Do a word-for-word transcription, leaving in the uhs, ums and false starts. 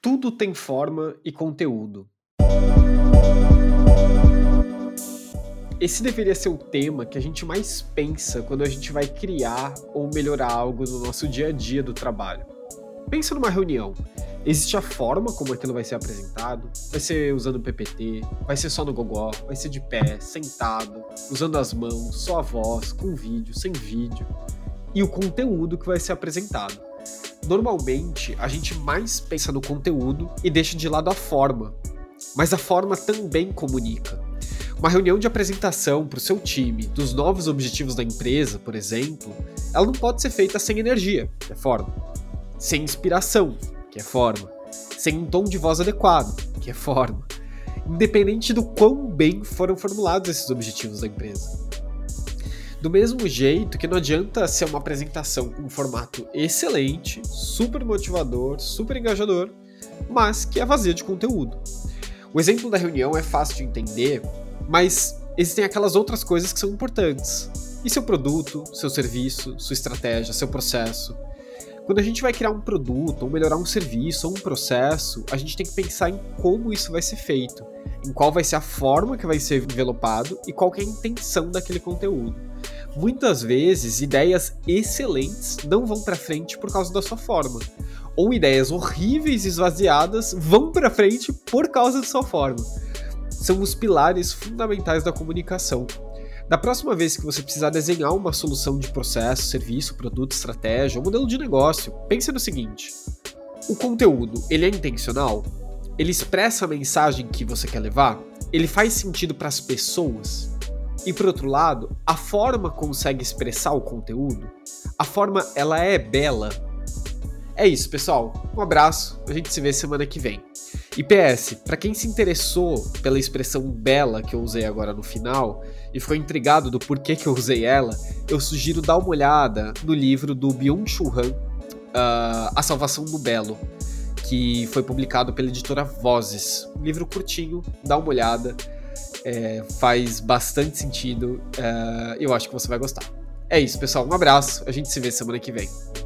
Tudo tem forma e conteúdo. Esse deveria ser o tema que a gente mais pensa quando a gente vai criar ou melhorar algo no nosso dia a dia do trabalho. Pensa numa reunião. Existe a forma como aquilo vai ser apresentado? Vai ser usando P P T? Vai ser só no gogó? Vai ser de pé, sentado, usando as mãos, só a voz, com vídeo, sem vídeo? E o conteúdo que vai ser apresentado. Normalmente, a gente mais pensa no conteúdo e deixa de lado a forma. Mas a forma também comunica. Uma reunião de apresentação para o seu time dos novos objetivos da empresa, por exemplo, ela não pode ser feita sem energia, que é forma. Sem inspiração, que é forma. Sem um tom de voz adequado, que é forma. Independente do quão bem foram formulados esses objetivos da empresa. Do mesmo jeito que não adianta ser uma apresentação com um formato excelente, super motivador, super engajador, mas que é vazia de conteúdo. O exemplo da reunião é fácil de entender, mas existem aquelas outras coisas que são importantes. E seu produto, seu serviço, sua estratégia, seu processo. Quando a gente vai criar um produto, ou melhorar um serviço, ou um processo, a gente tem que pensar em como isso vai ser feito, em qual vai ser a forma que vai ser envelopado e qual que é a intenção daquele conteúdo. Muitas vezes, ideias excelentes não vão para frente por causa da sua forma, ou ideias horríveis e esvaziadas vão para frente por causa da sua forma. São os pilares fundamentais da comunicação. Da próxima vez que você precisar desenhar uma solução de processo, serviço, produto, estratégia ou modelo de negócio, pense no seguinte: o conteúdo, ele é intencional? Ele expressa a mensagem que você quer levar? Ele faz sentido para as pessoas? E por outro lado, a forma consegue expressar o conteúdo? A forma, ela é bela? É isso, pessoal. Um abraço, a gente se vê semana que vem. E P S, para quem se interessou pela expressão bela que eu usei agora no final e ficou intrigado do porquê que eu usei ela, eu sugiro dar uma olhada no livro do Byung-Chul Han, uh, A Salvação do Belo, que foi publicado pela editora Vozes. Um livro curtinho, dá uma olhada, é, faz bastante sentido, uh, eu acho que você vai gostar. É isso, pessoal, um abraço, a gente se vê semana que vem.